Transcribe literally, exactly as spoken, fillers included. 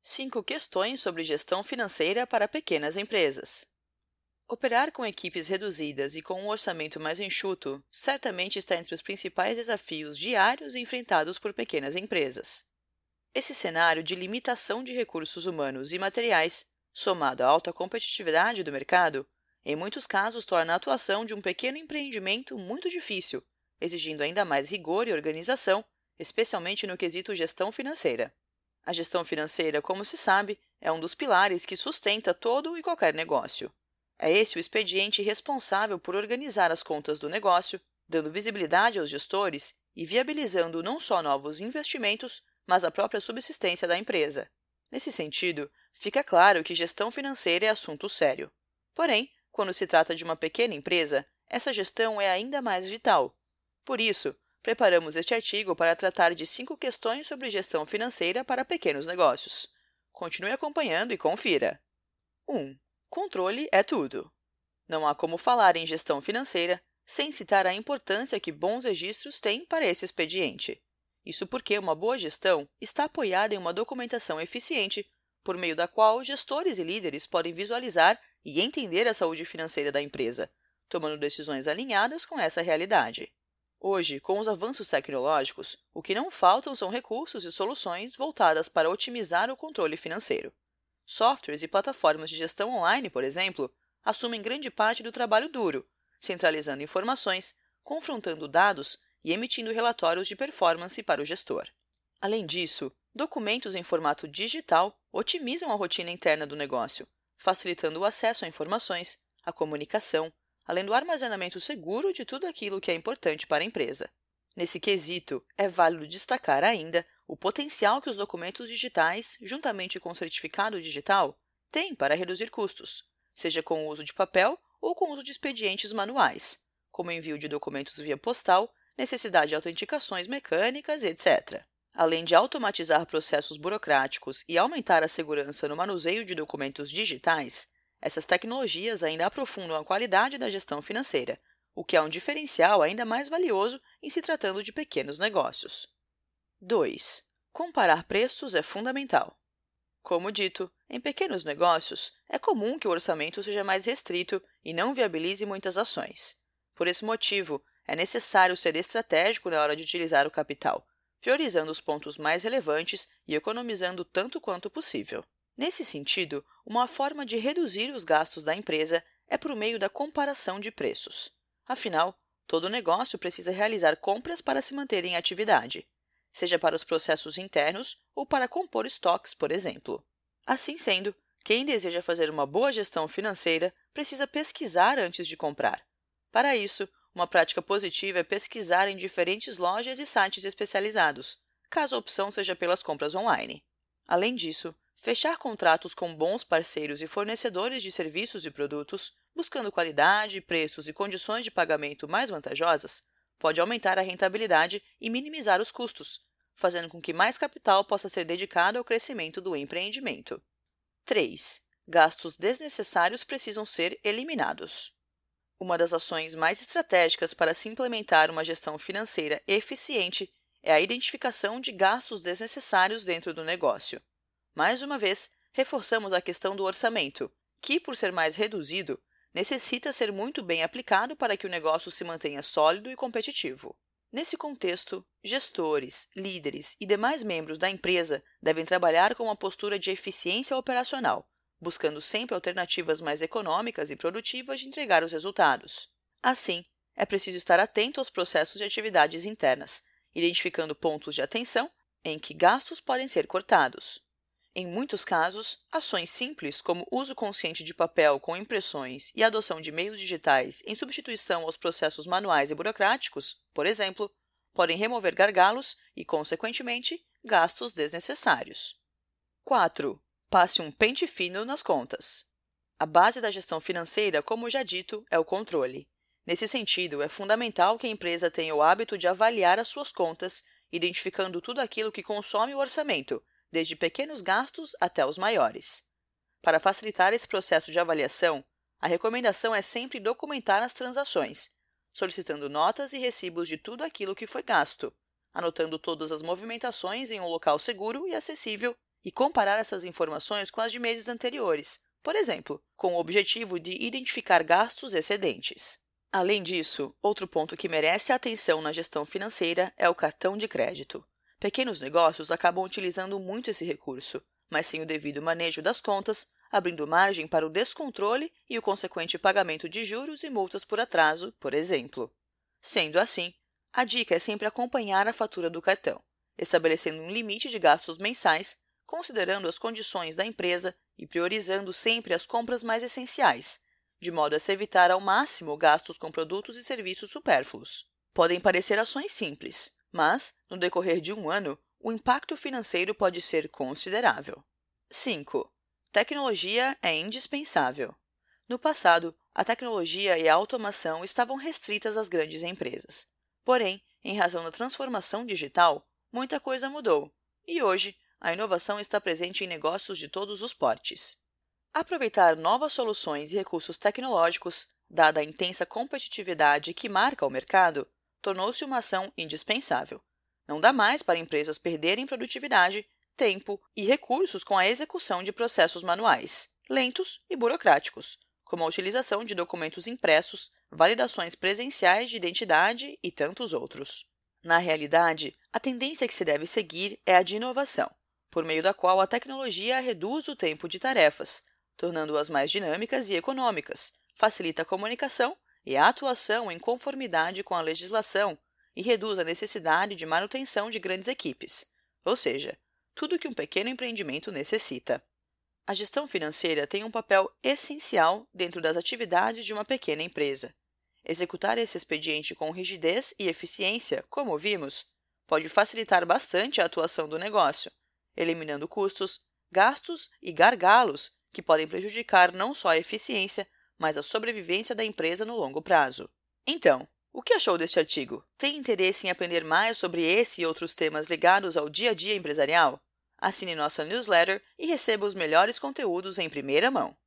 Cinco questões sobre gestão financeira para pequenas empresas. Operar com equipes reduzidas e com um orçamento mais enxuto certamente está entre os principais desafios diários enfrentados por pequenas empresas. Esse cenário de limitação de recursos humanos e materiais, somado à alta competitividade do mercado, em muitos casos torna a atuação de um pequeno empreendimento muito difícil, exigindo ainda mais rigor e organização, especialmente no quesito gestão financeira. A gestão financeira, como se sabe, é um dos pilares que sustenta todo e qualquer negócio. É esse o expediente responsável por organizar as contas do negócio, dando visibilidade aos gestores e viabilizando não só novos investimentos, mas a própria subsistência da empresa. Nesse sentido, fica claro que gestão financeira é assunto sério. Porém, quando se trata de uma pequena empresa, essa gestão é ainda mais vital. Por isso, preparamos este artigo para tratar de cinco questões sobre gestão financeira para pequenos negócios. Continue acompanhando e confira. um. Controle é tudo. Não há como falar em gestão financeira sem citar a importância que bons registros têm para esse expediente. Isso porque uma boa gestão está apoiada em uma documentação eficiente, por meio da qual gestores e líderes podem visualizar e entender a saúde financeira da empresa, tomando decisões alinhadas com essa realidade. Hoje, com os avanços tecnológicos, o que não faltam são recursos e soluções voltadas para otimizar o controle financeiro. Softwares e plataformas de gestão online, por exemplo, assumem grande parte do trabalho duro, centralizando informações, confrontando dados e emitindo relatórios de performance para o gestor. Além disso, documentos em formato digital otimizam a rotina interna do negócio, facilitando o acesso a informações, a comunicação, além do armazenamento seguro de tudo aquilo que é importante para a empresa. Nesse quesito, é válido destacar ainda o potencial que os documentos digitais, juntamente com o certificado digital, têm para reduzir custos, seja com o uso de papel ou com o uso de expedientes manuais, como envio de documentos via postal, necessidade de autenticações mecânicas, etcétera. Além de automatizar processos burocráticos e aumentar a segurança no manuseio de documentos digitais, essas tecnologias ainda aprofundam a qualidade da gestão financeira, o que é um diferencial ainda mais valioso em se tratando de pequenos negócios. dois. Comparar preços é fundamental. Como dito, em pequenos negócios, é comum que o orçamento seja mais restrito e não viabilize muitas ações. Por esse motivo, é necessário ser estratégico na hora de utilizar o capital, priorizando os pontos mais relevantes e economizando tanto quanto possível. Nesse sentido, uma forma de reduzir os gastos da empresa é por meio da comparação de preços. Afinal, todo negócio precisa realizar compras para se manter em atividade, seja para os processos internos ou para compor estoques, por exemplo. Assim sendo, quem deseja fazer uma boa gestão financeira precisa pesquisar antes de comprar. Para isso, uma prática positiva é pesquisar em diferentes lojas e sites especializados, caso a opção seja pelas compras online. Além disso, fechar contratos com bons parceiros e fornecedores de serviços e produtos, buscando qualidade, preços e condições de pagamento mais vantajosas, pode aumentar a rentabilidade e minimizar os custos, fazendo com que mais capital possa ser dedicado ao crescimento do empreendimento. três. Gastos desnecessários precisam ser eliminados. Uma das ações mais estratégicas para se implementar uma gestão financeira eficiente é a identificação de gastos desnecessários dentro do negócio. Mais uma vez, reforçamos a questão do orçamento, que, por ser mais reduzido, necessita ser muito bem aplicado para que o negócio se mantenha sólido e competitivo. Nesse contexto, gestores, líderes e demais membros da empresa devem trabalhar com uma postura de eficiência operacional, buscando sempre alternativas mais econômicas e produtivas de entregar os resultados. Assim, é preciso estar atento aos processos de atividades internas, identificando pontos de atenção em que gastos podem ser cortados. Em muitos casos, ações simples como uso consciente de papel com impressões e adoção de meios digitais em substituição aos processos manuais e burocráticos, por exemplo, podem remover gargalos e, consequentemente, gastos desnecessários. quatro. Passe um pente fino nas contas. A base da gestão financeira, como já dito, é o controle. Nesse sentido, é fundamental que a empresa tenha o hábito de avaliar as suas contas, identificando tudo aquilo que consome o orçamento, desde pequenos gastos até os maiores. Para facilitar esse processo de avaliação, a recomendação é sempre documentar as transações, solicitando notas e recibos de tudo aquilo que foi gasto, anotando todas as movimentações em um local seguro e acessível e comparar essas informações com as de meses anteriores, por exemplo, com o objetivo de identificar gastos excedentes. Além disso, outro ponto que merece atenção na gestão financeira é o cartão de crédito. Pequenos negócios acabam utilizando muito esse recurso, mas sem o devido manejo das contas, abrindo margem para o descontrole e o consequente pagamento de juros e multas por atraso, por exemplo. Sendo assim, a dica é sempre acompanhar a fatura do cartão, estabelecendo um limite de gastos mensais, considerando as condições da empresa e priorizando sempre as compras mais essenciais, de modo a se evitar ao máximo gastos com produtos e serviços supérfluos. Podem parecer ações simples, mas, no decorrer de um ano, o impacto financeiro pode ser considerável. cinco. Tecnologia é indispensável. No passado, a tecnologia e a automação estavam restritas às grandes empresas. Porém, em razão da transformação digital, muita coisa mudou, e hoje a inovação está presente em negócios de todos os portes. Aproveitar novas soluções e recursos tecnológicos, dada a intensa competitividade que marca o mercado, tornou-se uma ação indispensável. Não dá mais para empresas perderem produtividade, tempo e recursos com a execução de processos manuais, lentos e burocráticos, como a utilização de documentos impressos, validações presenciais de identidade e tantos outros. Na realidade, a tendência que se deve seguir é a de inovação, por meio da qual a tecnologia reduz o tempo de tarefas, tornando-as mais dinâmicas e econômicas, facilita a comunicação e a atuação em conformidade com a legislação e reduz a necessidade de manutenção de grandes equipes, ou seja, tudo o que um pequeno empreendimento necessita. A gestão financeira tem um papel essencial dentro das atividades de uma pequena empresa. Executar esse expediente com rigidez e eficiência, como vimos, pode facilitar bastante a atuação do negócio, eliminando custos, gastos e gargalos que podem prejudicar não só a eficiência, mas a sobrevivência da empresa no longo prazo. Então, o que achou deste artigo? Tem interesse em aprender mais sobre esse e outros temas ligados ao dia a dia empresarial? Assine nossa newsletter e receba os melhores conteúdos em primeira mão.